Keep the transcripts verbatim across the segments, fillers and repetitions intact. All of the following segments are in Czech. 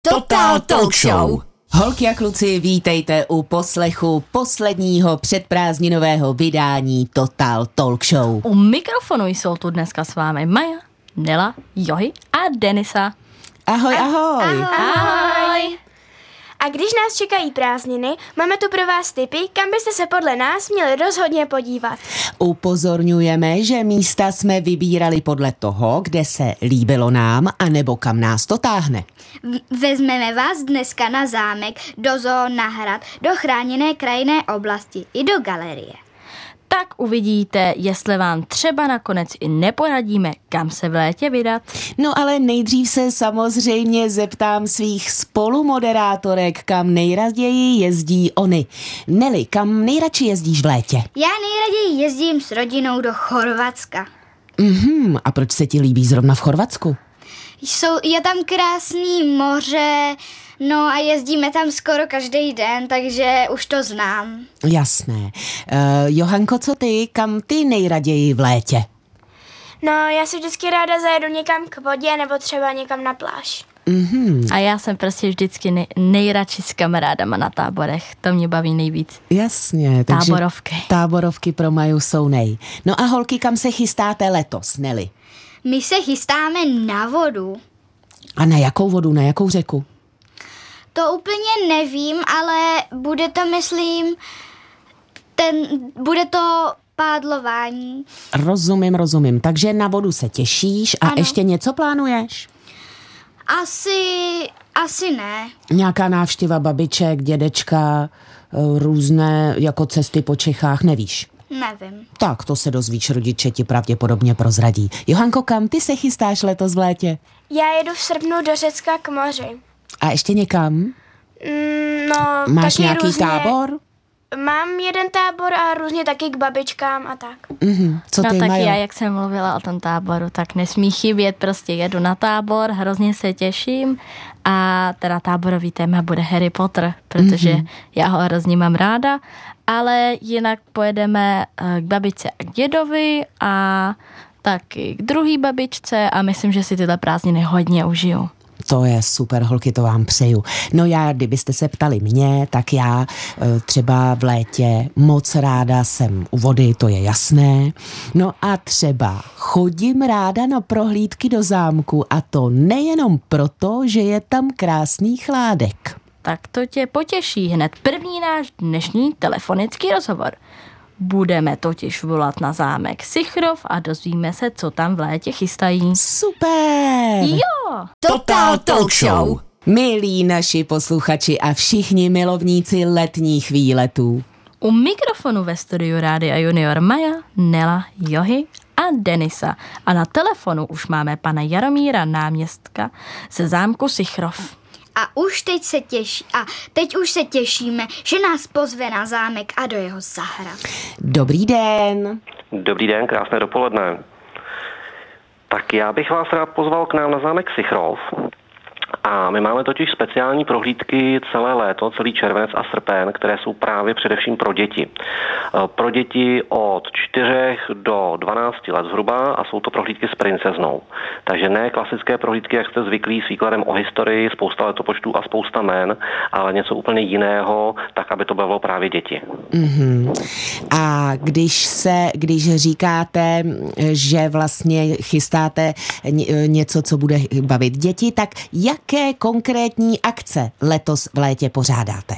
Total Talk Show. Holky a kluci, vítejte u poslechu posledního předprázdninového vydání Total Talk Show. U mikrofonu jsou tu dneska s vámi Maja, Nela, Johy a Denisa. Ahoj, ahoj. Ahoj. Ahoj. A když nás čekají prázdniny, máme tu pro vás tipy, kam byste se podle nás měli rozhodně podívat. Upozorňujeme, že místa jsme vybírali podle toho, kde se líbilo nám, anebo kam nás to táhne. Vezmeme vás dneska na zámek, do zoo, na hrad, do chráněné krajinné oblasti i do galerie. Tak uvidíte, jestli vám třeba nakonec i neporadíme, kam se v létě vydat. No ale nejdřív se samozřejmě zeptám svých spolumoderátorek, kam nejraději jezdí oni. Neli, kam nejradši jezdíš v létě? Já nejraději jezdím s rodinou do Chorvatska. Mhm, a proč se ti líbí zrovna v Chorvatsku? Jsou, je tam krásný moře, no a jezdíme tam skoro každý den, takže už to znám. Jasné. Uh, Johanko, co ty? Kam ty nejraději v létě? No, já si vždycky ráda zajedu někam k vodě nebo třeba někam na pláž. Mm-hmm. A já jsem prostě vždycky nej, nejradši s kamarádama na táborech. To mě baví nejvíc. Jasně. Takže táborovky. Táborovky pro Maju jsou nej. No a holky, kam se chystáte letos, Neli? My se chystáme na vodu. A na jakou vodu, na jakou řeku? To úplně nevím, ale bude to, myslím, ten, bude to pádlování. Rozumím, rozumím. Takže na vodu se těšíš a ano. Ještě něco plánuješ? Asi, asi ne. Nějaká návštěva babiček, dědečka, různé jako cesty po Čechách, nevíš? Nevím. Tak, to se dozvíš, rodiče ti pravděpodobně prozradí. Johanko, kam ty se chystáš letos v létě? Já jedu v srpnu do Řecka k moři. A ještě někam? Mm, no, Máš taky nějaký různě, tábor? Mám jeden tábor a různě taky k babičkám a tak. Mhm. Co No ty, tak Majo? já, jak jsem mluvila o tom táboru, tak nesmí chybět, prostě jedu na tábor, hrozně se těším a teda táborový téma bude Harry Potter, protože mm-hmm. já ho hrozně mám ráda, ale jinak pojedeme k babičce a k dědovi a taky k druhý babičce a myslím, že si tyhle prázdniny hodně užiju. To je super, holky, to vám přeju. No já, kdybyste se ptali mě, tak já třeba v létě moc ráda jsem u vody, to je jasné. No a třeba chodím ráda na prohlídky do zámku a to nejenom proto, že je tam krásný chládek. Tak to tě potěší hned první náš dnešní telefonický rozhovor. Budeme totiž volat na zámek Sichrov a dozvíme se, co tam v létě chystají. Super! Jo! Total Talk Show! Milí naši posluchači a všichni milovníci letních výletů. U mikrofonu ve studiu Rádia Junior Maja, Nela, Johy a Denisa. A na telefonu už máme pana Jaromíra, náměstka ze zámku Sichrov. A už teď se těší, a teď už se těšíme, že nás pozve na zámek a do jeho zahrad. Dobrý den. Dobrý den, krásné dopoledne. Tak já bych vás rád pozval k nám na zámek Sichrov. A my máme totiž speciální prohlídky celé léto, celý červenec a srpen, které jsou právě především pro děti. Pro děti od čtyřech do dvanácti let zhruba a jsou to prohlídky s princeznou. Takže ne klasické prohlídky, jak jste zvyklí, s výkladem o historii, spousta letopočtů a spousta jmen, ale něco úplně jiného, tak aby to bavilo právě děti. Mm-hmm. A když se, když říkáte, že vlastně chystáte něco, co bude bavit děti, tak jak Jaké konkrétní akce letos v létě pořádáte?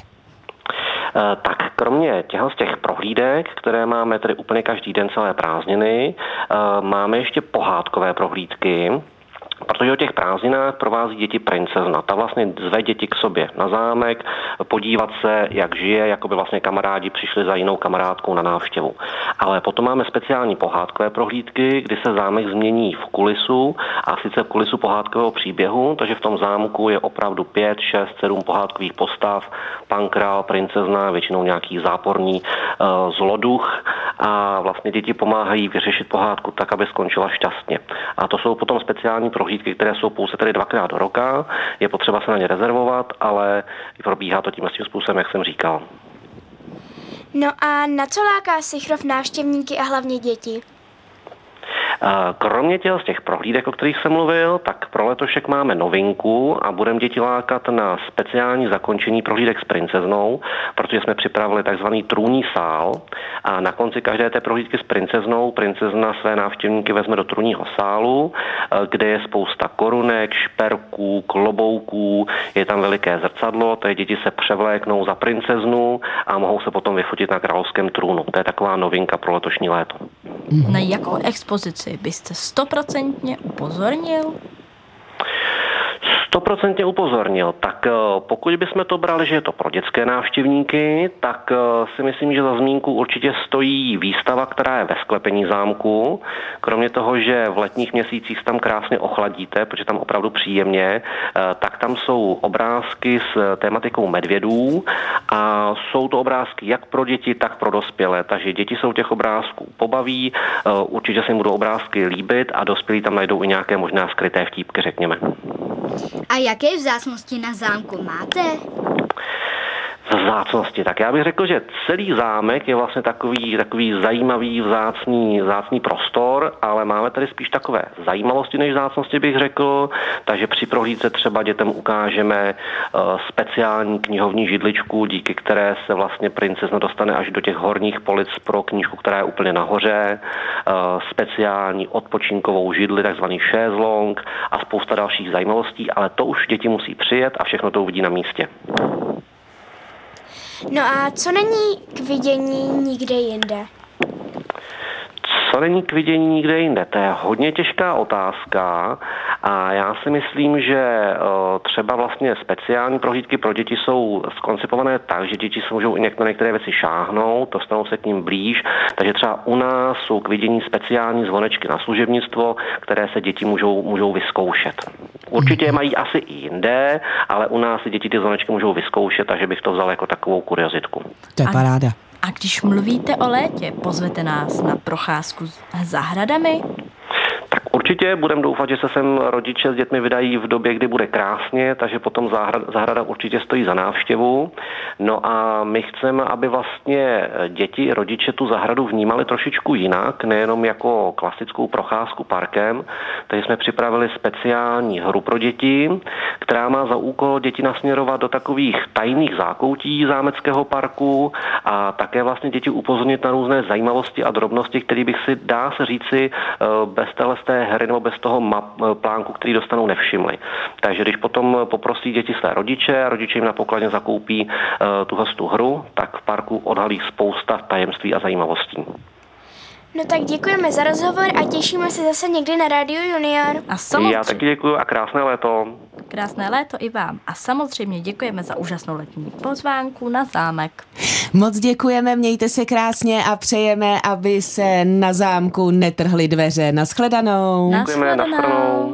Tak kromě těch z těch prohlídek, které máme tedy úplně každý den celé prázdniny, máme ještě pohádkové prohlídky, protože o těch prázdninách provází děti princezna. Ta vlastně zve děti k sobě na zámek, podívat se, jak žije, jako by vlastně kamarádi přišli za jinou kamarádkou na návštěvu. Ale potom máme speciální pohádkové prohlídky, kdy se zámek změní v kulisu, a sice v kulisu pohádkového příběhu, takže v tom zámku je opravdu pět, šest, sedm pohádkových postav, pan král, princezna, většinou nějaký záporný uh, zloduch, a vlastně děti pomáhají vyřešit pohádku tak, aby skončila šťastně. A to jsou potom speciální prohlídky, které jsou pouze tedy dvakrát do roka, je potřeba se na ně rezervovat, ale probíhá to tím tím způsobem, jak jsem říkal. No a na co láká Sichrov návštěvníky a hlavně děti? Kromě těch z těch prohlídek, o kterých jsem mluvil, tak pro letošek máme novinku a budeme děti lákat na speciální zakončení prohlídek s princeznou, protože jsme připravili takzvaný trůnní sál a na konci každé té prohlídky s princeznou princezna své návštěvníky vezme do trůnního sálu, kde je spousta korunek, šperků, klobouků, je tam veliké zrcadlo, tady děti se převléknou za princeznu a mohou se potom vyfotit na královském trůnu. To je taková novinka pro letošní léto. Na jakou expozici byste stoprocentně upozornil? Stoprocentně upozornil. Tak pokud bychom to brali, že je to pro dětské návštěvníky, tak si myslím, že za zmínku určitě stojí výstava, která je ve sklepení zámku. Kromě toho, že v letních měsících tam krásně ochladíte, protože tam opravdu příjemně, tak tam jsou obrázky s tématikou medvědů a jsou to obrázky jak pro děti, tak pro dospělé. Takže děti jsou těch obrázků pobaví, určitě se jim budou obrázky líbit a dospělí tam najdou i nějaké možná skryté vtípky, řekněme. A jaké vzácnosti na zámku máte? Vzácnosti. Tak já bych řekl, že celý zámek je vlastně takový, takový zajímavý, vzácný, vzácný prostor, ale máme tady spíš takové zajímavosti než vzácnosti, bych řekl. Takže při prohlídce třeba dětem ukážeme uh, speciální knihovní židličku, díky které se vlastně princezna dostane až do těch horních polic pro knížku, která je úplně nahoře, uh, speciální odpočinkovou židli, takzvaný šézlong a spousta dalších zajímavostí, ale to už děti musí přijet a všechno to uvidí na místě. No a co není k vidění nikde jinde? Co není k vidění nikde jinde? To je hodně těžká otázka a já si myslím, že třeba vlastně speciální prohlídky pro děti jsou zkoncipované tak, že děti se můžou i na některé věci šáhnout, dostanou se k ním blíž, takže třeba u nás jsou k vidění speciální zvonečky na služebnictvo, které se děti můžou, můžou vyzkoušet. Určitě je mají asi i jinde, ale u nás si děti ty zvonečky můžou vyzkoušet, takže bych to vzal jako takovou kuriozitku. To je paráda. A když mluvíte o létě, pozvete nás na procházku s zahradami? Tak určitě budeme doufat, že se sem rodiče s dětmi vydají v době, kdy bude krásně, takže potom zahrada, zahrada určitě stojí za návštěvu. No a my chceme, aby vlastně děti, rodiče tu zahradu vnímali trošičku jinak, nejenom jako klasickou procházku parkem, takže jsme připravili speciální hru pro děti, která má za úkol děti nasměrovat do takových tajných zákoutí zámeckého parku a také vlastně děti upozornit na různé zajímavosti a drobnosti, které bych si, dá se říci, bez téhle z té hry nebo bez toho map, plánku, který dostanou, nevšimli. Takže když potom poprosí děti své rodiče a rodiče jim na pokladně zakoupí uh, tuhle tu hru, tak v parku odhalí spousta tajemství a zajímavostí. No tak děkujeme za rozhovor a těšíme se zase někdy na Rádiu Junior. A samozřejmě... Já taky děkuji a krásné léto. Krásné léto i vám. A samozřejmě děkujeme za úžasnou letní pozvánku na zámek. Moc děkujeme, mějte se krásně a přejeme, aby se na zámku netrhly dveře. Naschledanou. Děkujeme, naschledanou.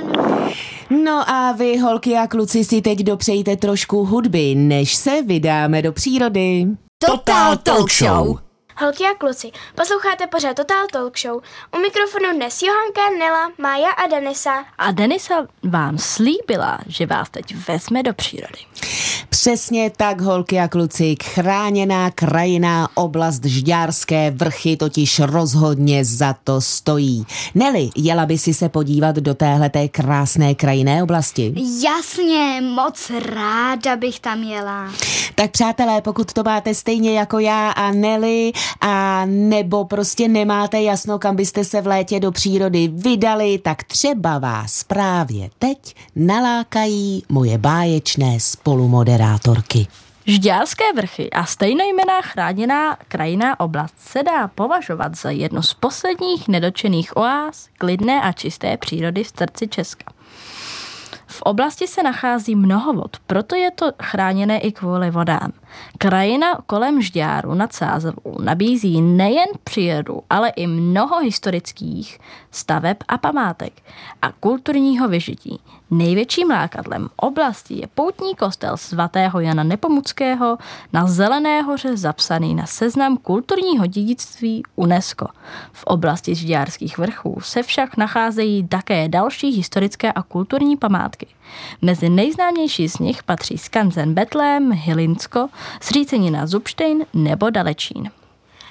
No a vy, holky a kluci, si teď dopřejte trošku hudby, než se vydáme do přírody. Total Talk Show. Holky a kluci, posloucháte pořád Total Talk Show. U mikrofonu dnes Johanka, Nela, Mája a Denisa. A Denisa vám slíbila, že vás teď vezme do přírody. Přesně tak, holky a kluci, chráněná krajinná oblast Žďárské vrchy totiž rozhodně za to stojí. Neli, jela by si se podívat do téhleté krásné krajinné oblasti? Jasně, moc ráda bych tam jela. Tak přátelé, pokud to máte stejně jako já a Neli, a nebo prostě nemáte jasno, kam byste se v létě do přírody vydali, tak třeba vás právě teď nalákají moje báječné spolumoderátorky. Žďárské vrchy a stejnojmenná chráněná krajinná oblast se dá považovat za jednu z posledních nedotčených oáz klidné a čisté přírody v srdci Česka. V oblasti se nachází mnoho vod, proto je to chráněné i kvůli vodám. Krajina kolem Žďáru nad Sázavou nabízí nejen přírodu, ale i mnoho historických staveb a památek a kulturního vyžití. Největším lákadlem oblasti je poutní kostel svatého Jana Nepomuckého na Zelené hoře zapsaný na seznam kulturního dědictví UNESCO. V oblasti Žďárských vrchů se však nacházejí také další historické a kulturní památky. Mezi nejznámější z nich patří skanzen Betlém, Hylinsko, zřícenina Zubštejn nebo Dalečín.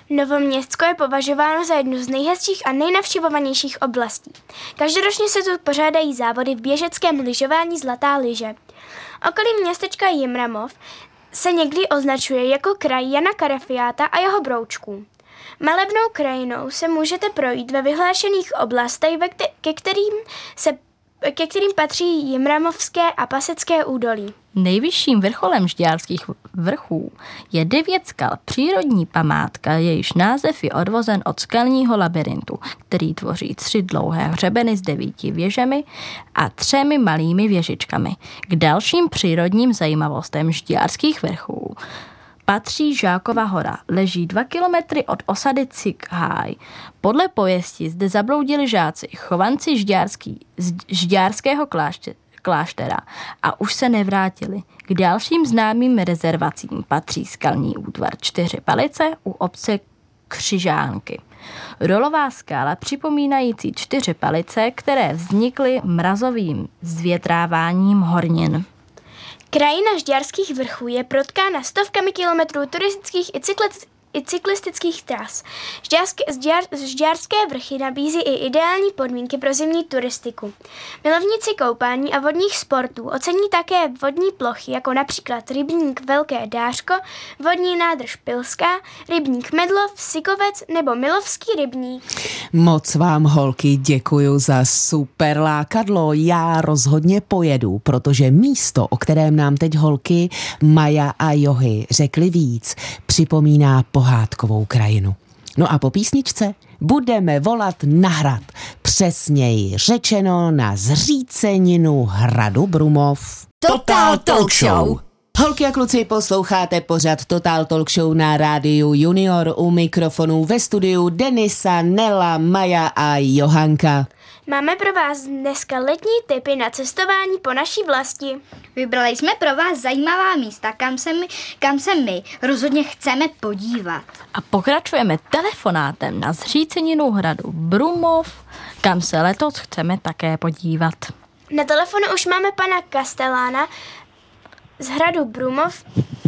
Novoměstsko je považováno za jednu z nejhezčích a nejnavštěvovanějších oblastí. Každoročně se tu pořádají závody v běžeckém lyžování Zlatá lyže. Okolí městečka Jimramov se někdy označuje jako kraj Jana Karafiáta a jeho broučků. Malebnou krajinou se můžete projít ve vyhlášených oblastech, ke kterým, se, ke kterým patří Jimramovské a Pasecké údolí. Nejvyšším vrcholem Žďárských vrchů je devět skal, přírodní památka, jejíž název je odvozen od skalního labyrintu, který tvoří tři dlouhé hřebeny s devíti věžemi a třemi malými věžičkami. K dalším přírodním zajímavostem Žďárských vrchů patří Žákova hora. Leží dva kilometry od osady Cikháj. Podle pověsti zde zabloudili žáci, chovanci žďárský, z žďárského kláště, kláštera a už se nevrátili. K dalším známým rezervacím patří skalní útvar Čtyři Palice u obce Křižánky. Rolová skála připomínající Čtyři Palice, které vznikly mrazovým zvětráváním hornin. Krajina Žďárských vrchů je protkána stovkami kilometrů turistických i, cykli, i cyklistických tras. Žďárské, žďár, Žďárské vrchy nabízí i ideální podmínky pro zimní turistiku. Milovníci koupání a vodních sportů ocení také vodní plochy, jako například rybník Velké Dářko, vodní nádrž Pilská, rybník Medlov, Sikovec nebo Milovský rybník. Moc vám, holky, děkuju za super lákadlo. Já rozhodně pojedu, protože místo, o kterém nám teď holky Maja a Johy řekli víc, připomíná pohádkovou krajinu. No a po písničce budeme volat na hrad. Přesněji řečeno na zříceninu hradu Brumov. Total Talk Show. Holky a kluci, posloucháte pořad Total Talk Show na rádiu Junior, u mikrofonů ve studiu Denisa, Nela, Maja a Johanka. Máme pro vás dneska letní tipy na cestování po naší vlasti. Vybrali jsme pro vás zajímavá místa, kam se my, kam se my rozhodně chceme podívat. A pokračujeme telefonátem na zříceninu hradu Brumov, kam se letos chceme také podívat. Na telefonu už máme pana Kastelána z hradu Brumov,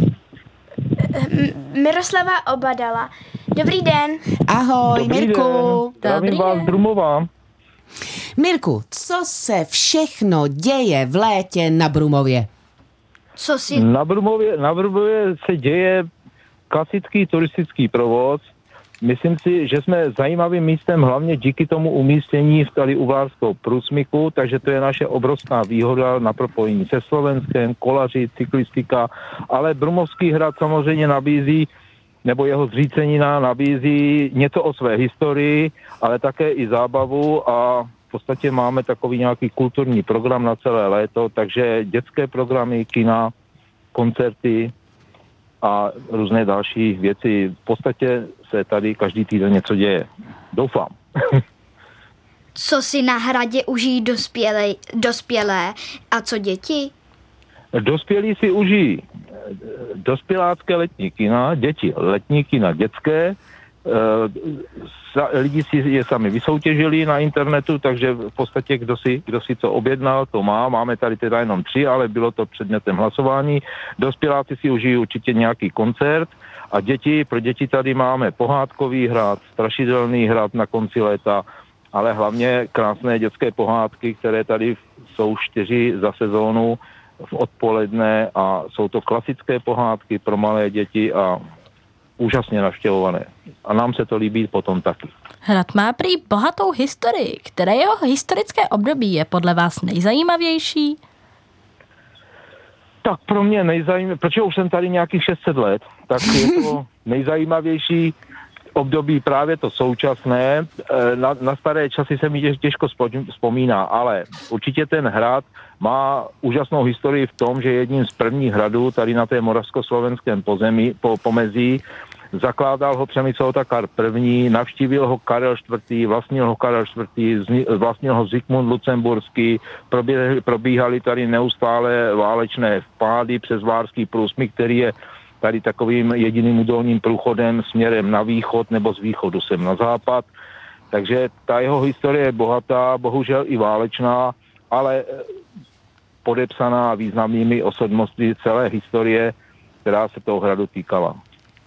Miroslava Obadala. Dobrý den. Ahoj, Dobrý Mirku. Den. Zdravím vás z Brumova. Mirku, co se všechno děje v létě na Brumově? Co si... Na Brumově, na Brumově se děje klasický turistický provoz. Myslím si, že jsme zajímavým místem hlavně díky tomu umístění tady u Vlárského průsmyku, takže to je naše obrovská výhoda na propojení se Slovenskem, kolaři, cyklistika, ale Brumovský hrad samozřejmě nabízí, nebo jeho zřícenina nabízí něco o své historii, ale také i zábavu a v podstatě máme takový nějaký kulturní program na celé léto, takže dětské programy, kina, koncerty a různé další věci. V podstatě se tady každý týden něco děje. Doufám. Co si na hradě užijí dospělé, dospělé a co děti? Dospělí si užijí dospělácké letní kina, děti letní kina dětské, lidi si je sami vysoutěžili na internetu, takže v podstatě kdo si, kdo si co objednal, to má. Máme tady teda jenom tři, ale bylo to předmětem hlasování. Dospěláci si užijí určitě nějaký koncert a děti, pro děti tady máme pohádkový hrad, strašidelný hrad na konci léta, ale hlavně krásné dětské pohádky, které tady jsou čtyři za sezónu v odpoledne a jsou to klasické pohádky pro malé děti a úžasně navštěvované. A nám se to líbí potom taky. Hrad má prý bohatou historii. Které jeho historické období je podle vás nejzajímavější? Tak pro mě nejzajímavější, protože už jsem tady nějakých šest set let, tak je to nejzajímavější období právě to současné. Na, na staré časy se mi těžko vzpomíná, ale určitě ten hrad má úžasnou historii v tom, že je jedním z prvních hradů tady na té moravskoslovenském pozemí, po, pomezí. Zakládal ho Přemysl Otakar první, navštívil ho Karel čtvrtý, vlastnil ho Karel čtvrtý, vlastnil ho Zikmund Lucemburský, probíhaly, probíhaly tady neustále válečné vpády přes Vlárský průsmyk, který je tady takovým jediným údolním průchodem směrem na východ nebo z východu sem na západ. Takže ta jeho historie je bohatá, bohužel i válečná, ale podepsaná významnými osobnostmi celé historie, která se toho hradu týkala.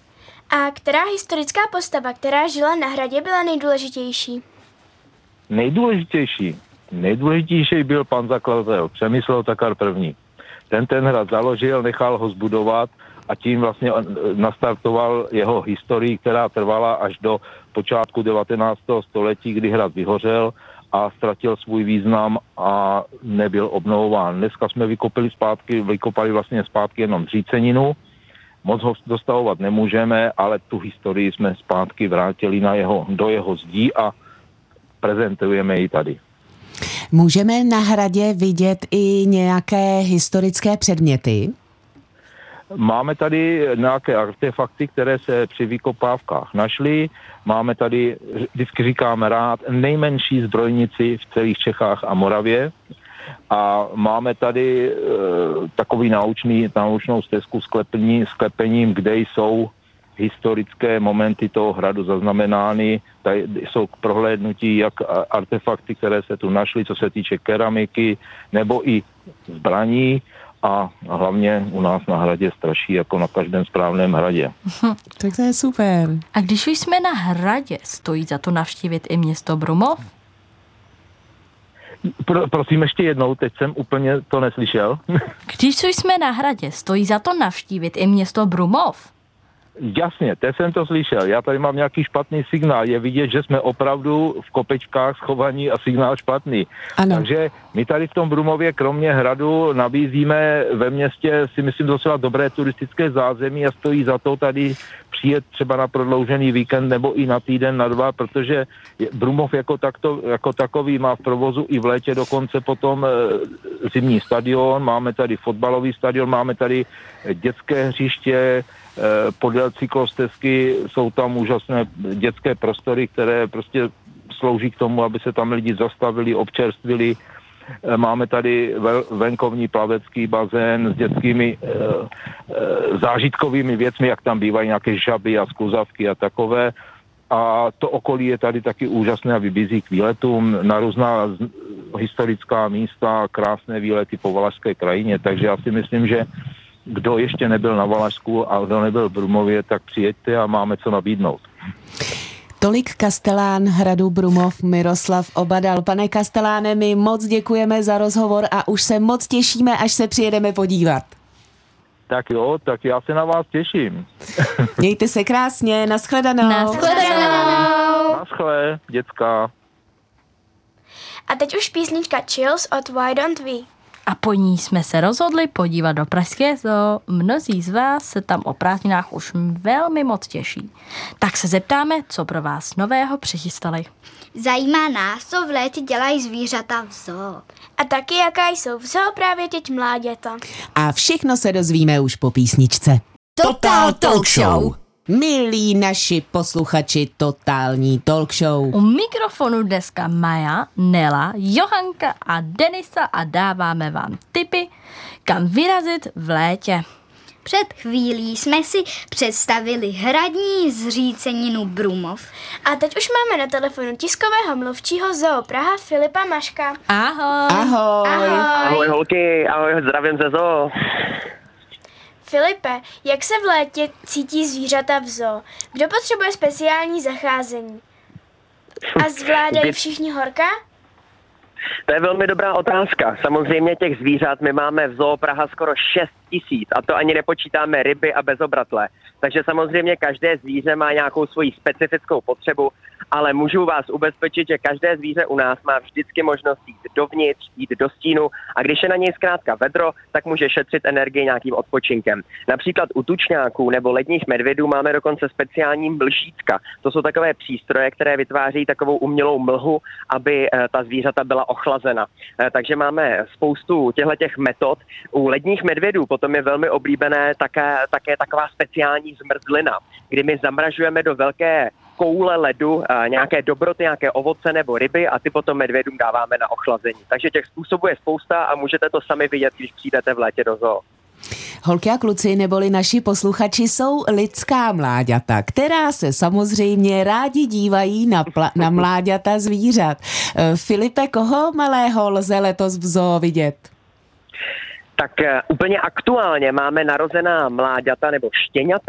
A která historická postava, která žila na hradě, byla nejdůležitější? Nejdůležitější? Nejdůležitější byl pan zakladatel, Přemysl Otakar první. Ten ten hrad založil, nechal ho zbudovat a tím vlastně nastartoval jeho historii, která trvala až do počátku devatenáctého století, kdy hrad vyhořel a ztratil svůj význam a nebyl obnovován. Dneska jsme vykopali zpátky, vykopali vlastně zpátky jenom zříceninu, moc ho dostavovat nemůžeme, ale tu historii jsme zpátky vrátili na jeho, do jeho zdí a prezentujeme ji tady. Můžeme na hradě vidět i nějaké historické předměty? Máme tady nějaké artefakty, které se při vykopávkách našly. Máme tady, vždycky říkáme rád, nejmenší zbrojnici v celých Čechách a Moravě. A máme tady e, takový naučný, naučnou stezku sklepení, sklepením, kde jsou historické momenty toho hradu zaznamenány. Tady jsou k prohlédnutí jak artefakty, které se tu našly, co se týče keramiky, nebo i zbraní. A hlavně u nás na hradě straší jako na každém správném hradě. Tak to je super. A když už jsme na hradě, stojí za to navštívit i město Brumov? Pro, prosím ještě jednou, teď jsem úplně to neslyšel. Když už jsme na hradě, stojí za to navštívit i město Brumov? Jasně, teď jsem to slyšel. Já tady mám nějaký špatný signál. Je vidět, že jsme opravdu v kopečkách schovaní a signál špatný. Ano. Takže my tady v tom Brumově kromě hradu nabízíme ve městě, si myslím, docela dobré turistické zázemí a stojí za to tady přijet třeba na prodloužený víkend nebo i na týden, na dva, protože Brumov jako, takto, jako takový má v provozu i v létě dokonce potom e, zimní stadion, máme tady fotbalový stadion, máme tady dětské hřiště, podél cyklostezky jsou tam úžasné dětské prostory, které prostě slouží k tomu, aby se tam lidi zastavili, občerstvili. Máme tady venkovní plavecký bazén s dětskými e, e, zážitkovými věcmi, jak tam bývají nějaké žaby a skluzavky a takové. A to okolí je tady taky úžasné a vybízí k výletům na různá historická místa, krásné výlety po Valašské krajině. Takže já si myslím, že kdo ještě nebyl na Valašsku a kdo nebyl v Brumově, tak přijeďte a máme co nabídnout. Tolik kastelán hradu Brumov Miroslav Obadal. Pane kasteláne, my moc děkujeme za rozhovor a už se moc těšíme, až se přijedeme podívat. Tak jo, tak já se na vás těším. Mějte se krásně, nashledanou. Nashledanou. Naschle, děcka. A teď už písnička Chills od Why Don't We. A po ní jsme se rozhodli podívat do Pražské zoo. Mnozí z vás se tam o prázdninách už velmi moc těší. Tak se zeptáme, co pro vás nového přichystali. Zajímá nás, co v létě dělají zvířata v zoo. A taky jaká jsou v zoo právě teď mláďata. A všechno se dozvíme už po písničce. Total Talk Show. Milí naši posluchači Totální Talk Show. U mikrofonu dneska Maja, Nela, Johanka a Denisa a dáváme vám tipy, kam vyrazit v létě. Před chvílí jsme si představili hradní zříceninu Brumov. A teď už máme na telefonu tiskového mluvčího zoo Praha Filipa Maška. Ahoj. Ahoj. Ahoj. Ahoj holky, ahoj, zdravím ze zoo. Filipe, jak se v létě cítí zvířata v zoo? Kdo potřebuje speciální zacházení? A zvládají všichni horka? To je velmi dobrá otázka. Samozřejmě těch zvířat my máme v zoo Praha skoro šest tisíc a to ani nepočítáme ryby a bezobratle. Takže samozřejmě každé zvíře má nějakou svoji specifickou potřebu, ale můžu vás ubezpečit, že každé zvíře u nás má vždycky možnost jít dovnitř, jít do stínu a když je na něj zkrátka vedro, tak může šetřit energii nějakým odpočinkem. Například u tučňáků nebo ledních medvědů máme dokonce speciální mlžítka. To jsou takové přístroje, které vytváří takovou umělou mlhu, aby ta zvířata byla ochlazena. Takže máme spoustu těchto metod. U ledních medvědů potom je velmi oblíbené také, také taková speciální zmrzlina, kdy my zamražujeme do velké koule ledu nějaké dobroty, nějaké ovoce nebo ryby a ty potom medvědům dáváme na ochlazení. Takže těch způsobů je spousta a můžete to sami vidět, když přijdete v létě do zoo. Holky a kluci neboli naši posluchači jsou lidská mláďata, která se samozřejmě rádi dívají na, pla- na mláďata zvířat. Filipe, koho malého lze letos v zoo vidět? Tak uh, úplně aktuálně máme narozená mláďata nebo štěňata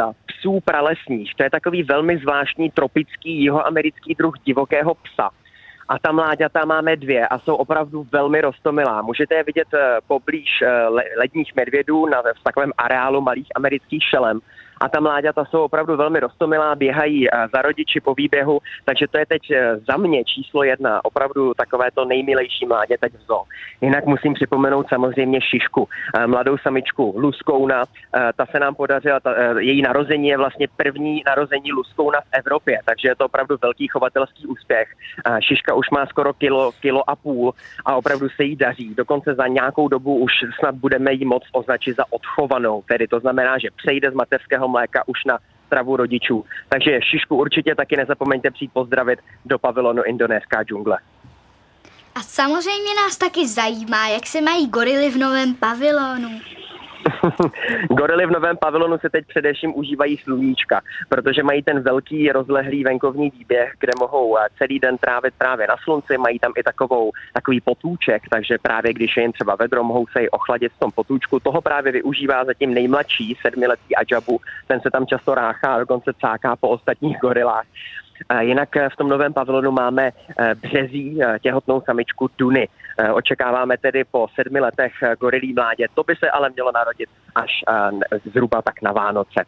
psů pralesních. To je takový velmi zvláštní tropický jihoamerický druh divokého psa. A ta mláďata máme dvě a jsou opravdu velmi roztomilá. Můžete je vidět poblíž ledních medvědů na, v takovém areálu malých amerických šelem. A ta mláďata jsou opravdu velmi roztomilá, běhají za rodiči po výběhu, takže to je teď za mě číslo jedna, opravdu takové to nejmilejší mládě teď v zoo. Jinak musím připomenout samozřejmě Šišku, mladou samičku Luskouna, ta se nám podařila, ta, její narození je vlastně první narození Luskouna v Evropě, takže je to opravdu velký chovatelský úspěch. Šiška už má skoro kilo, kilo a půl a opravdu se jí daří. Dokonce za nějakou dobu už snad budeme jí moc označit za odchovanou, tedy to znamená, že přejde z mateřského mléka už na stravu rodičů. Takže Šišku určitě taky nezapomeňte přijít pozdravit do pavilonu Indonéská džungle. A samozřejmě nás taky zajímá, jak se mají gorily v novém pavilonu. Gorily v novém pavilonu se teď především užívají sluníčka, protože mají ten velký rozlehlý venkovní výběh, kde mohou celý den trávit právě na slunci, mají tam i takovou, takový potůček, takže právě když je jim třeba vedro, mohou se i ochladit v tom potůčku. Toho právě využívá zatím nejmladší sedmiletý Adžabu, ten se tam často ráchá a dokonce cáká po ostatních gorilách. Jinak v tom novém pavilonu máme březí těhotnou samičku Duny. Očekáváme tedy po sedmi letech gorilí mládě. To by se ale mělo narodit až zhruba tak na Vánoce.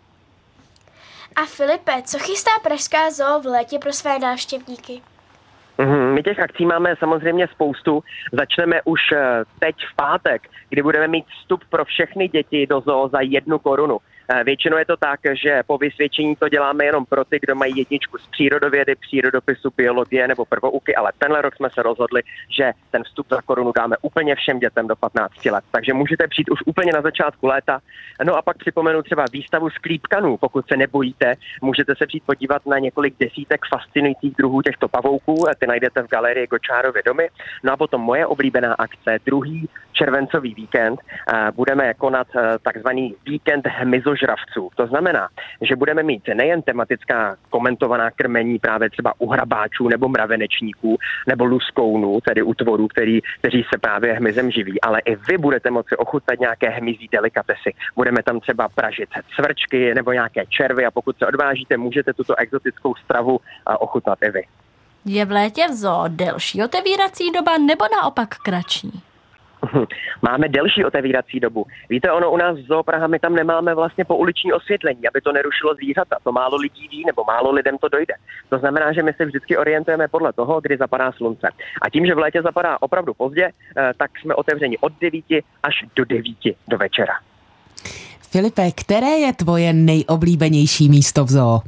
A Filipe, co chystá pražská zoo v létě pro své návštěvníky? My těch akcí máme samozřejmě spoustu. Začneme už teď v pátek, kdy budeme mít vstup pro všechny děti do zoo za jednu korunu. Většinou je to tak, že po vysvědčení to děláme jenom pro ty, kdo mají jedničku z přírodovědy, přírodopisu, biologie nebo prvouky, ale tenhle rok jsme se rozhodli, že ten vstup za korunu dáme úplně všem dětem do patnácti let. Takže můžete přijít už úplně na začátku léta. No a pak připomenu třeba výstavu sklípkanů. Pokud se nebojíte, můžete se přijít podívat na několik desítek fascinujících druhů těchto pavouků. Ty najdete v galerii Gočárovy domy. No a potom moje oblíbená akce, druhý červencový víkend, budeme konat takzvaný víkend hmyzožravců. To znamená, že budeme mít nejen tematická komentovaná krmení právě třeba u hrabáčů nebo mravenečníků nebo luskounů, tedy útvorů, který, kteří se právě hmyzem živí, ale i vy budete moci ochutnat nějaké hmyzí delikatesy. Budeme tam třeba pražit cvrčky nebo nějaké červy a pokud se odvážíte, můžete tuto exotickou stravu ochutnat i vy. Je v létě v zoo delší otevírací doba nebo naopak kratší? Máme delší otevírací dobu. Víte, ono u nás v Zoo Praha, my tam nemáme vlastně pouliční osvětlení, aby to nerušilo zvířata. To málo lidí ví, nebo málo lidem to dojde. To znamená, že my se vždycky orientujeme podle toho, kdy zapadá slunce. A tím, že v létě zapadá opravdu pozdě, tak jsme otevřeni od devíti až do devíti do večera. Filipe, které je tvoje nejoblíbenější místo v zoo?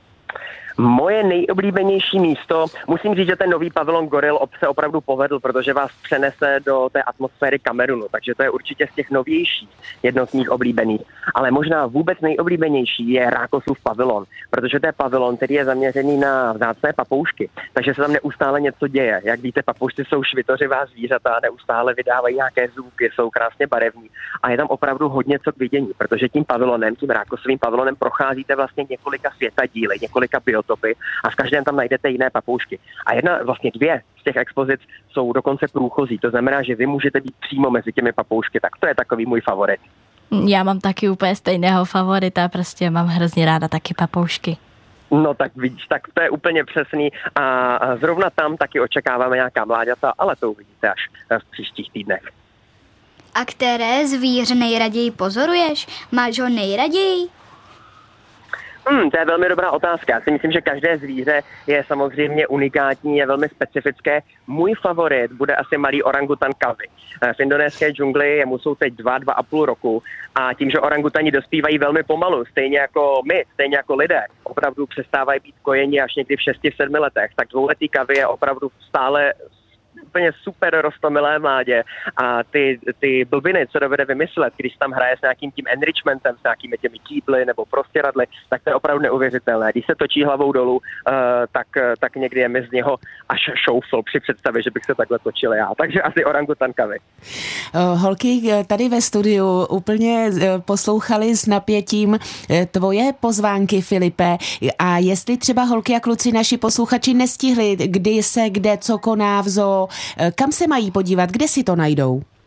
Moje nejoblíbenější místo, musím říct, že ten nový pavilon goril se opravdu povedl, protože vás přenese do té atmosféry Kamerunu, takže to je určitě z těch novějších jedno z mých oblíbených. Ale možná vůbec nejoblíbenější je Rákosův pavilon, protože to je pavilon, který je zaměřený na vzácné papoušky, takže se tam neustále něco děje. Jak víte, papoušci jsou švitořivá zvířata, neustále vydávají nějaké zvuky, jsou krásně barevní a je tam opravdu hodně co k vidění, protože tím pavilonem, tím Rákosovým pavilonem procházíte vlastně několika světadíly, několika biotopy a v každém tam najdete jiné papoušky. A jedna, vlastně dvě z těch expozic jsou dokonce průchozí, to znamená, že vy můžete být přímo mezi těmi papoušky, tak to je takový můj favorit. Já mám taky úplně stejného favorita, prostě mám hrozně ráda taky papoušky. No tak vidíš, tak to je úplně přesný a zrovna tam taky očekáváme nějaká mláďata, ale to uvidíte až v příštích týdnech. A které zvíře nejraději pozoruješ? Máš ho nejraději? Hmm, to je velmi dobrá otázka. Já si myslím, že každé zvíře je samozřejmě unikátní, je velmi specifické. Můj favorit bude asi malý orangutan Kavi. V indonéské džungli jemu jsou teď dva, dva a půl roku a tím, že orangutani dospívají velmi pomalu, stejně jako my, stejně jako lidé, opravdu přestávají být kojeni až někdy v šesti, v sedmi letech, tak dvouletý Kavi je opravdu stále úplně super roztomilé mládě a ty, ty blbiny, co dovede vymyslet, když tam hraje s nějakým tím enrichmentem, s nějakými těmi kýbly nebo prostěradly, tak to je opravdu neuvěřitelné. Když se točí hlavou dolů, uh, tak, tak někdy je mi z něho až šoufl při představě, že bych se takhle točil já. Takže asi orangutan Kavi. Holky tady ve studiu úplně poslouchali s napětím tvoje pozvánky, Filipe, a jestli třeba holky a kluci naši posluchači nestihli, kdy se kde co koná v zoo, kam se mají podívat, kde si to najdou?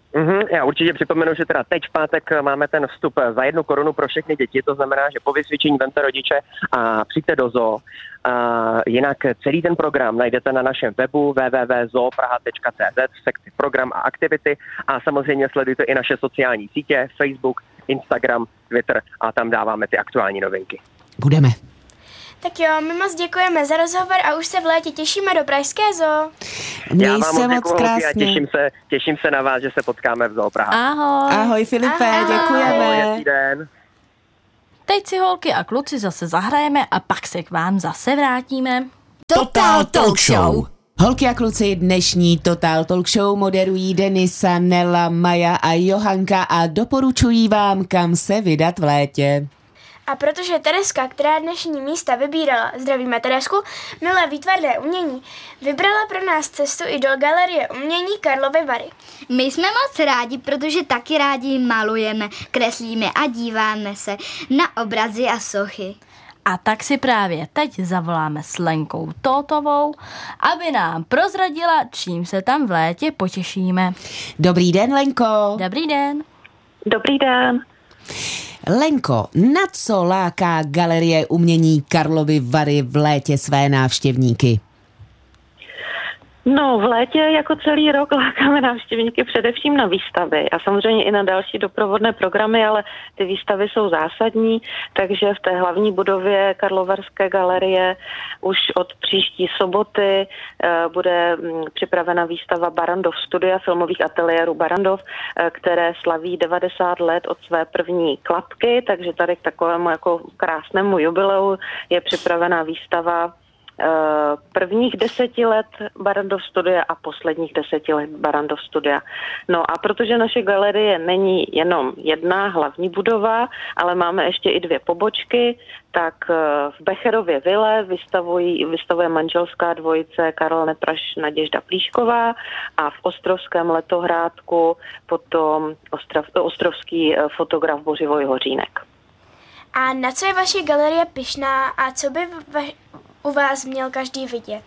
Mm-hmm, já určitě připomenu, že teda teď v pátek máme ten vstup za jednu korunu pro všechny děti, to znamená, že po vysvědčení vemte rodiče a přijďte do zoo. A jinak celý ten program najdete na našem webu w w w tečka zoo praha tečka c z v sekci program a aktivity a samozřejmě sledujte i naše sociální sítě, Facebook, Instagram, Twitter a tam dáváme ty aktuální novinky. Budeme. Tak jo, my moc děkujeme za rozhovor a už se v létě těšíme do Pražské zoo. Já Měj vám se moc moc děkuju krásně. a těším se, těším se na vás, že se potkáme v Zoo Praha. Ahoj. Ahoj Filipe, Ahoj. děkujeme. Hezký den. Teď si holky a kluci zase zahrajeme a pak se k vám zase vrátíme. Total Talk Show. Holky a kluci, dnešní Total Talk Show moderují Denisa, Nela, Maja a Johanka a doporučují vám, kam se vydat v létě. A protože Tereska, která dnešní místa vybírala, zdravíme Teresku, milé výtvarné umění, vybrala pro nás cestu i do Galerie umění Karlovy Vary. My jsme moc rádi, protože taky rádi malujeme, kreslíme a díváme se na obrazy a sochy. A tak si právě teď zavoláme s Lenkou Tótovou, aby nám prozradila, čím se tam v létě potěšíme. Dobrý den, Lenko. Dobrý den. Dobrý den. Lenko, na co láká Galerie umění Karlovy Vary v létě své návštěvníky? No, v létě jako celý rok lákáme návštěvníky především na výstavy a samozřejmě i na další doprovodné programy, ale ty výstavy jsou zásadní, takže v té hlavní budově Karlovarské galerie už od příští soboty uh, bude um, připravena výstava Barrandov studia filmových ateliérů Barrandov, uh, které slaví devadesát let od své první kladky, takže tady k takovému jako krásnému jubileu je připravena výstava prvních deseti let Barrandov studia a posledních deseti let Barrandov studia. No a protože naše galerie není jenom jedna hlavní budova, ale máme ještě i dvě pobočky, tak v Becherově vile vystavují, vystavuje manželská dvojice Karel Nepraš Naděžda Plíšková a v ostrovském letohrádku potom ostrov, ostrovský fotograf Bořivoj Hořínek. A na co je vaše galerie pyšná a co by va- u vás měl každý vidět?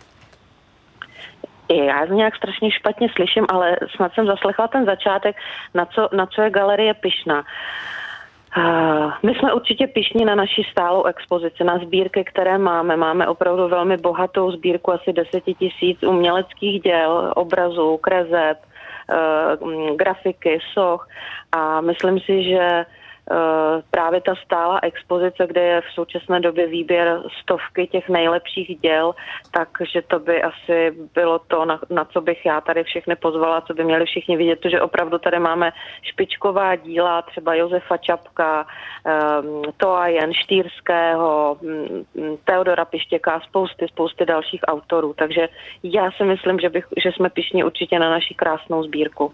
Já nějak strašně špatně slyším, ale snad jsem zaslechla ten začátek, na co, na co je galerie pyšná. Uh, my jsme určitě pyšní na naši stálou expozici, na sbírky, které máme. Máme opravdu velmi bohatou sbírku, asi deset tisíc uměleckých děl, obrazů, kreseb, uh, grafiky, soch a myslím si, že právě ta stálá expozice, kde je v současné době výběr stovky těch nejlepších děl, takže to by asi bylo to, na, na co bych já tady všechny pozvala, co by měli všichni vidět, protože opravdu tady máme špičková díla, třeba Josefa Čapka, um, Toa Jen Štýrského, um, Teodora Pištěka, spousty, spousty dalších autorů, takže já si myslím, že, bych, že jsme pyšní určitě na naši krásnou sbírku.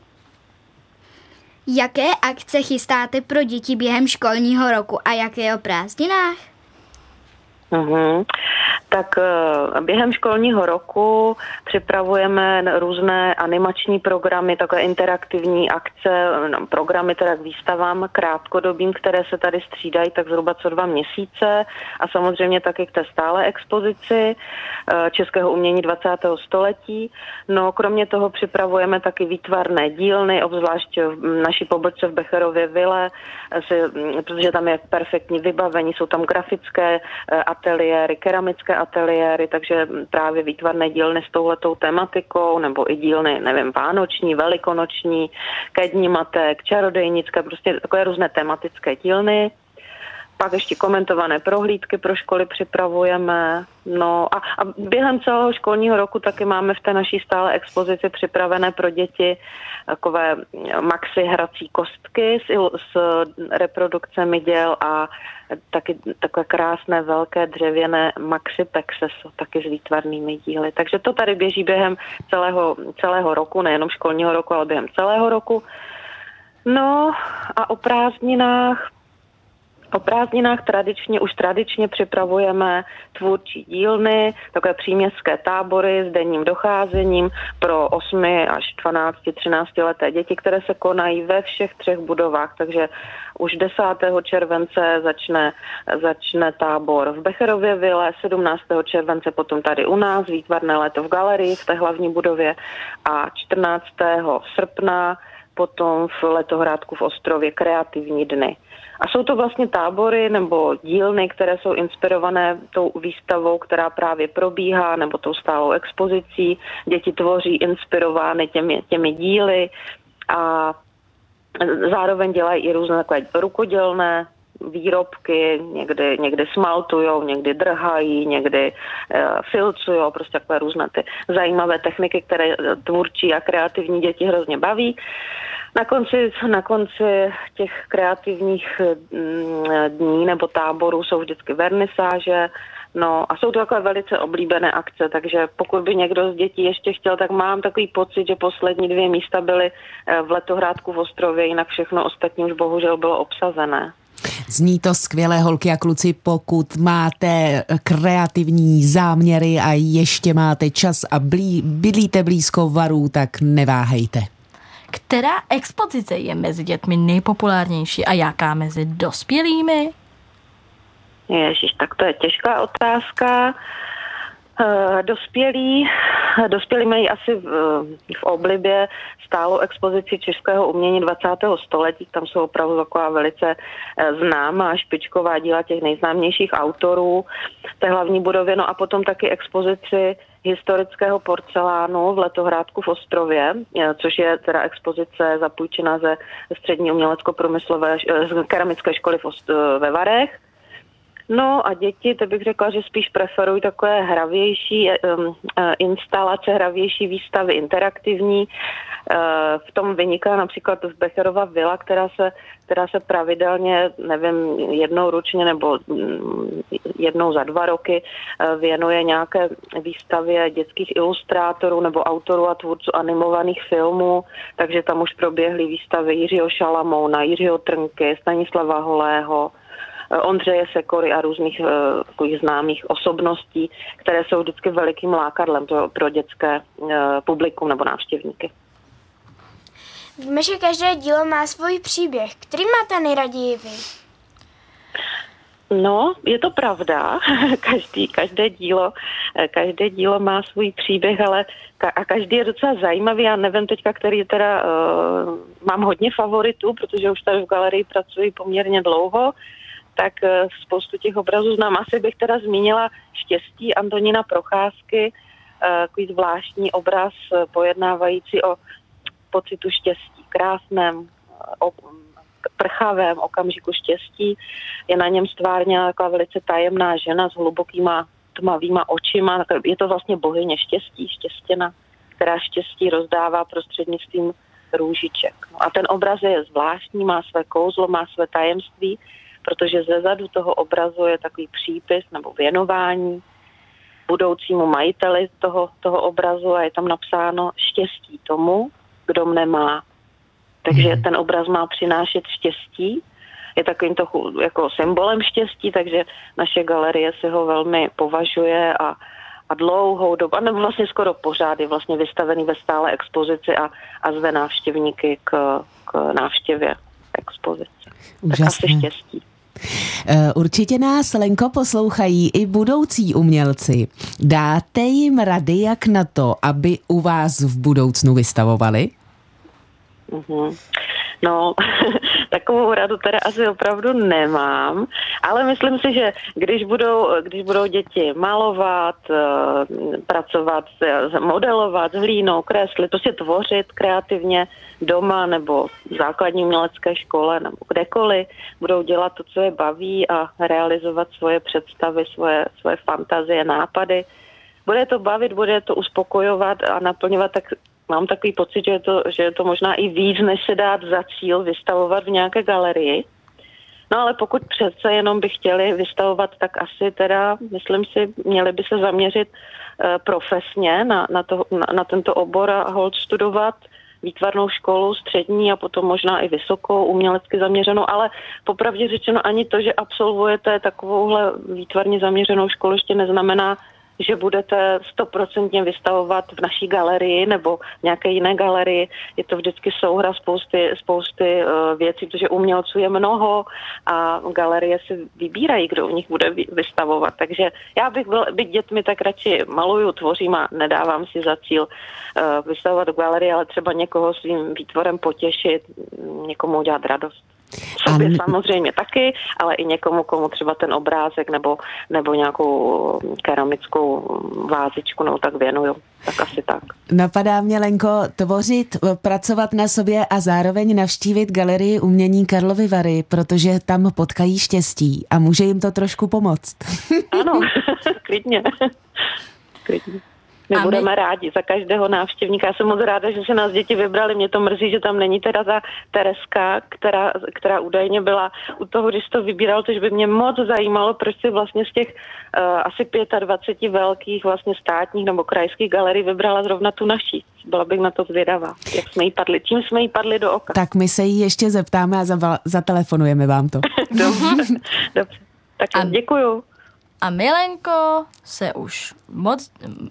Jaké akce chystáte pro děti během školního roku a jaké o prázdninách? Uhum. Tak během školního roku připravujeme různé animační programy, takové interaktivní akce, programy teda k výstavám krátkodobým, které se tady střídají tak zhruba co dva měsíce a samozřejmě taky k té stále expozici českého umění dvacátého století. No kromě toho připravujeme taky výtvarné dílny, obzvlášť v naší pobočce v Becherově vile, protože tam je perfektní vybavení, jsou tam grafické ateliéry, keramické ateliéry, takže právě výtvarné dílny s touhletou tematikou, nebo i dílny, nevím, vánoční, velikonoční, ke dní matek, čarodejnické, prostě takové různé tematické dílny. Pak ještě komentované prohlídky pro školy připravujeme. No a, a během celého školního roku taky máme v té naší stále expozici připravené pro děti takové maxi hrací kostky s, s reprodukcemi děl a taky takové krásné velké dřevěné maxi pexeso, taky s výtvarnými díly. Takže to tady běží během celého, celého roku, nejenom školního roku, ale během celého roku. No a o prázdninách O prázdninách tradičně, už tradičně připravujeme tvůrčí dílny, takové příměstské tábory s denním docházením pro osmi až dvanácti, třinácti leté děti, které se konají ve všech třech budovách, takže už desátého července začne, začne tábor v Becherově vile, sedmnáctého července potom tady u nás, výtvarné léto v galerii v té hlavní budově a čtrnáctého srpna potom v Letohrádku v Ostrově kreativní dny. A jsou to vlastně tábory nebo dílny, které jsou inspirované tou výstavou, která právě probíhá, nebo tou stálou expozicí. Děti tvoří inspirovány těmi, těmi díly a zároveň dělají i různé takové rukodělné výrobky, někdy, někdy smaltujou, někdy drhají, někdy uh, filcujou, prostě takové různé ty zajímavé techniky, které tvůrčí a kreativní děti hrozně baví. Na konci, na konci těch kreativních dní nebo táborů jsou vždycky vernisáže, no a jsou to takové velice oblíbené akce, takže pokud by někdo z dětí ještě chtěl, tak mám takový pocit, že poslední dvě místa byly v Letohrádku v Ostrově, jinak všechno ostatní už bohužel bylo obsazené. Zní to skvělé, holky a kluci, pokud máte kreativní záměry a ještě máte čas a blí, bydlíte blízko Varů, tak neváhejte. Která expozice je mezi dětmi nejpopulárnější a jaká mezi dospělými? Ježiš, tak to je těžká otázka. Dospělí, dospělí mají asi v, v oblibě stálou expozici českého umění dvacátého století. Tam jsou opravdu taková velice známá špičková díla těch nejznámějších autorů té hlavní budově. No a potom taky expozici historického porcelánu v Letohrádku v Ostrově, což je teda expozice zapůjčená ze střední umělecko-průmyslové z keramické školy v Ost- ve Varech. No a děti, to bych řekla, že spíš preferují takové hravější um, instalace, hravější výstavy, interaktivní. Uh, v tom vyniká například v Becherova vila, která se, která se pravidelně, nevím, jednou ročně nebo um, jednou za dva roky uh, věnuje nějaké výstavě dětských ilustrátorů nebo autorů a tvůrců animovaných filmů, takže tam už proběhly výstavy Jiřího Šalamouna, Jiřího Trnky, Stanislava Holého, Ondřeje Sekory a různých uh, známých osobností, které jsou vždycky velikým lákadlem pro, pro dětské uh, publikum nebo návštěvníky. Víme, že každé dílo má svůj příběh. Který máte nejraději vy? No, je to pravda. Každý, každé dílo, každé dílo má svůj příběh, ale ka- a každý je docela zajímavý. Já nevím teďka, který teda uh, mám hodně favoritů, protože už tady v galerii pracuji poměrně dlouho, tak spoustu těch obrazů znám. Asi bych teda zmínila Štěstí Antonína Procházky, takový zvláštní obraz pojednávající o pocitu štěstí, krásném, o prchavém okamžiku štěstí. Je na něm stvárněna taková velice tajemná žena s hlubokýma tmavýma očima. Je to vlastně bohyně štěstí, Štěstěna, která štěstí rozdává prostřednictvím růžiček. No a ten obraz je zvláštní, má své kouzlo, má své tajemství, protože zezadu toho obrazu je takový přípis nebo věnování budoucímu majiteli toho, toho obrazu a je tam napsáno štěstí tomu, kdo mne má. Takže ten obraz má přinášet štěstí, je takovým to jako symbolem štěstí, takže naše galerie si ho velmi považuje a, a dlouhou dobu, nebo vlastně skoro pořád je vlastně vystavený ve stále expozici a, a zve návštěvníky k, k návštěvě expozice. Úžasné. Tak asi štěstí. Určitě nás, Lenko, poslouchají i budoucí umělci. Dáte jim rady, jak na to, aby u vás v budoucnu vystavovali? Mm-hmm. No, takovou radu teda asi opravdu nemám, ale myslím si, že když budou, když budou děti malovat, pracovat, modelovat s hlínou, kreslit, prostě tvořit kreativně doma nebo v základní umělecké škole nebo kdekoliv, budou dělat to, co je baví a realizovat svoje představy, svoje, svoje fantazie, nápady. Bude to bavit, bude to uspokojovat a naplňovat, tak mám takový pocit, že je, to, že je to možná i víc, než se dát za cíl vystavovat v nějaké galerii. No ale pokud přece jenom by chtěli vystavovat, tak asi teda, myslím si, měli by se zaměřit uh, profesně na, na, to, na, na tento obor a holt studovat výtvarnou školu, střední a potom možná i vysokou, umělecky zaměřenou, ale popravdě řečeno ani to, že absolvujete takovouhle výtvarně zaměřenou školu, ještě neznamená, že budete stoprocentně vystavovat v naší galerii nebo v nějaké jiné galerii. Je to vždycky souhra spousty, spousty uh, věcí, protože umělců je mnoho a galerie si vybírají, kdo u nich bude vystavovat. Takže já bych byl, být dětmi, tak radši maluju, tvořím a nedávám si za cíl uh, vystavovat do galerie, ale třeba někoho svým výtvorem potěšit, někomu udělat radost. Sobě a... samozřejmě taky, ale i někomu, komu třeba ten obrázek nebo, nebo nějakou keramickou vázičku nebo tak věnuju. Tak asi tak. Napadá mě, Lenko, tvořit, pracovat na sobě a zároveň navštívit galerii umění Karlovy Vary, protože tam potkají štěstí a může jim to trošku pomoct. Ano, klidně. klidně. My a budeme my... rádi za každého návštěvníka. Já jsem moc ráda, že se nás děti vybrali. Mě to mrzí, že tam není teda ta Tereska, která, která údajně byla u toho, když to vybíral, takže by mě moc zajímalo, proč si vlastně z těch uh, asi dvacet pět velkých vlastně státních nebo krajských galerií vybrala zrovna tu naší. Byla bych na to zvědavá, jak jsme jí padli, čím jsme jí padli do oka. Tak my se jí ještě zeptáme a zaval- zatelefonujeme vám to. Dobře, dobře. Tak a, děkuju. A Milenko se už moc...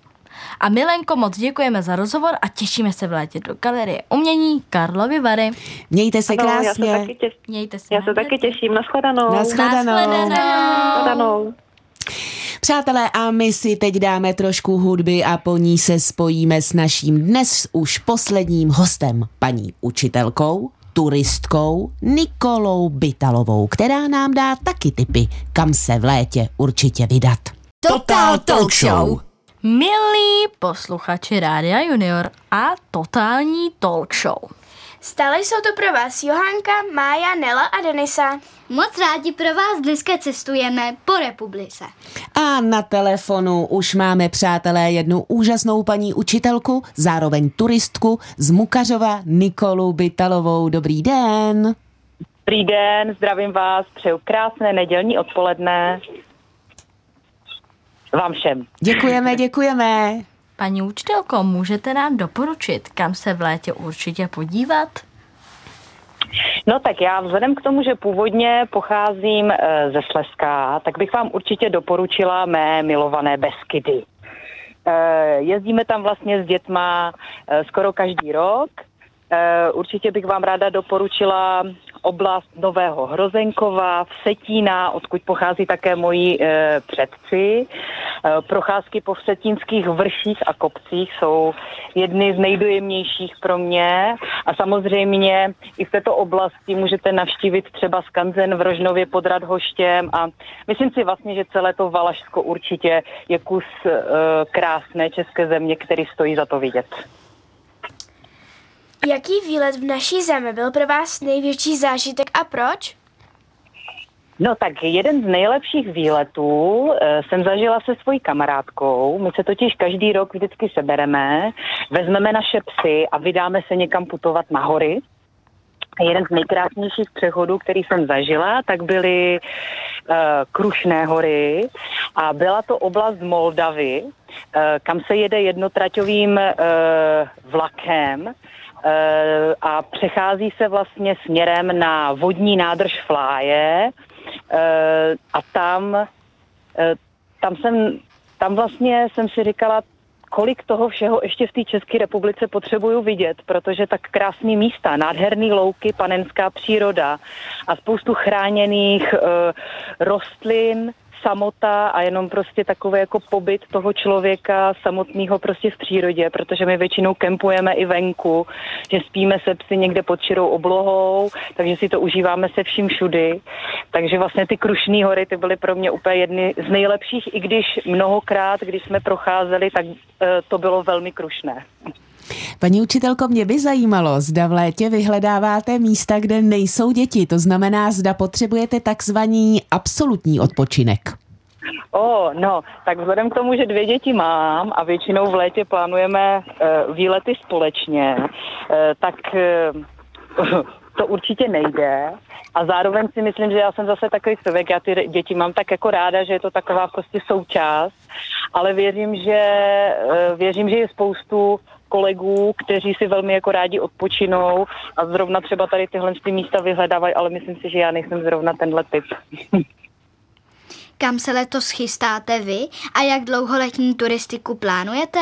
A Milenko, moc děkujeme za rozhovor a těšíme se v létě do galerie umění Karlovy Vary. Mějte se ano, krásně. Já se taky těším. Mějte se. Já se taky těším. Nashledanou. Nashledanou. Nashledanou. Přátelé, a my si teď dáme trošku hudby a po ní se spojíme s naším dnes už posledním hostem, paní učitelkou, turistkou Nikolou Bytalovou, která nám dá taky tipy, kam se v létě určitě vydat. Total Talk Show. Milí posluchači Rádia Junior a Totální Talk Show. Stále jsou to pro vás Johanka, Mája, Nela a Denisa. Moc rádi pro vás dneska cestujeme po republice. A na telefonu už máme, přátelé, jednu úžasnou paní učitelku, zároveň turistku z Mukařova, Nikolu Bytalovou. Dobrý den. Dobrý den, zdravím vás, přeju krásné nedělní odpoledne. Vám všem. Děkujeme, děkujeme. Paní učitelko, můžete nám doporučit, kam se v létě určitě podívat? No tak já vzhledem k tomu, že původně pocházím ze Slezska, tak bych vám určitě doporučila mé milované Beskydy. Jezdíme tam vlastně s dětma skoro každý rok. Určitě bych vám ráda doporučila oblast Nového Hrozenkova, Vsetína, odkud pochází také moji e, předci. E, procházky po vsetínských vrších a kopcích jsou jedny z nejdojemnějších pro mě a samozřejmě i v této oblasti můžete navštívit třeba skanzen v Rožnově pod Radhoštěm a myslím si vlastně, že celé to Valašsko určitě je kus e, krásné české země, který stojí za to vidět. Jaký výlet v naší zemi byl pro vás největší zážitek a proč? No tak jeden z nejlepších výletů e, jsem zažila se svojí kamarádkou. My se totiž každý rok vždycky sebereme, vezmeme naše psy a vydáme se někam putovat na hory. Jeden z nejkrásnějších přechodů, který jsem zažila, tak byly e, Krušné hory a byla to oblast Moldavy, e, kam se jede jednotraťovým e, vlakem a přechází se vlastně směrem na vodní nádrž Fláje a tam, tam jsem, tam vlastně jsem si říkala, kolik toho všeho ještě v té České republice potřebuju vidět, protože tak krásný místa, nádherný louky, panenská příroda a spoustu chráněných uh, rostlin, samota a jenom prostě takový jako pobyt toho člověka samotného prostě v přírodě, protože my většinou kempujeme i venku, že spíme se psy někde pod širou oblohou, takže si to užíváme se vším všudy. Takže vlastně ty Krušné hory, ty byly pro mě úplně jedny z nejlepších, i když mnohokrát, když jsme procházeli, tak to bylo velmi krušné. Paní učitelko, mě by zajímalo, zda v létě vyhledáváte místa, kde nejsou děti, to znamená, zda potřebujete takzvaný absolutní odpočinek. O, no, tak vzhledem k tomu, že dvě děti mám a většinou v létě plánujeme uh, výlety společně, uh, tak uh, to určitě nejde. A zároveň si myslím, že já jsem zase takový člověk, já ty děti mám tak jako ráda, že je to taková prostě součást, ale věřím, že, uh, věřím, že je spoustu kolegů, kteří si velmi jako rádi odpočinou a zrovna třeba tady tyhle místa vyhledávají, ale myslím si, že já nejsem zrovna tenhle typ. kam se letos chystáte vy a jak dlouho letní turistiku plánujete?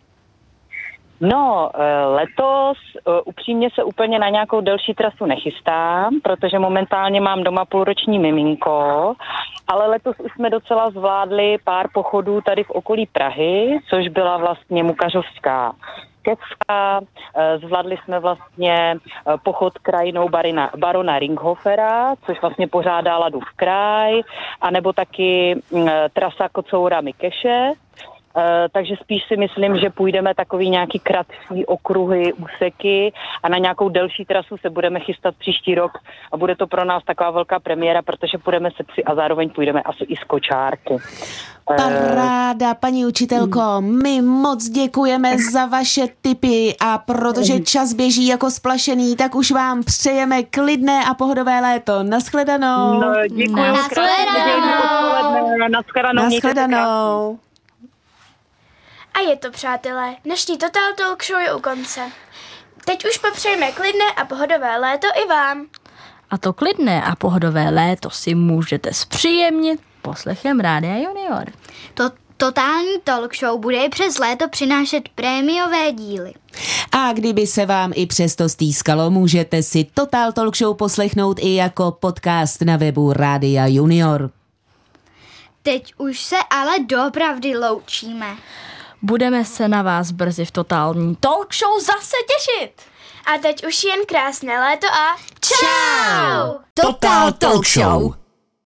No, letos upřímně se úplně na nějakou delší trasu nechystám, protože momentálně mám doma půlroční miminko, ale letos už jsme docela zvládli pár pochodů tady v okolí Prahy, což byla vlastně Mukařovská Kecka, zvládli jsme vlastně pochod krajinou barina, barona Ringhofera, což vlastně pořádá Ladův kraj, anebo taky trasa Kocoura Mykeše. Uh, takže spíš si myslím, že půjdeme takový nějaký kratší okruhy, úseky a na nějakou delší trasu se budeme chystat příští rok a bude to pro nás taková velká premiéra, protože půjdeme se psi a zároveň půjdeme asi i s kočárky. Paráda, paní učitelko, my moc děkujeme za vaše tipy a protože čas běží jako splašený, tak už vám přejeme klidné a pohodové léto. Naschledanou. No, děkuji. Naschledanou. Naschledanou. Naschledanou. A je to, přátelé, dnešní Total Talk Show je u konce. Teď už popřejeme klidné a pohodové léto i vám. A to klidné a pohodové léto si můžete zpříjemnit poslechem Rádia Junior. To Totální Talk Show bude i přes léto přinášet prémiové díly. A kdyby se vám i přesto stýskalo, můžete si Total Talk Show poslechnout i jako podcast na webu Rádia Junior. Teď už se ale doopravdy loučíme. Budeme se na vás brzy v Totální Talk Show zase těšit. A teď už jen krásné léto a čau! Total Talk Show.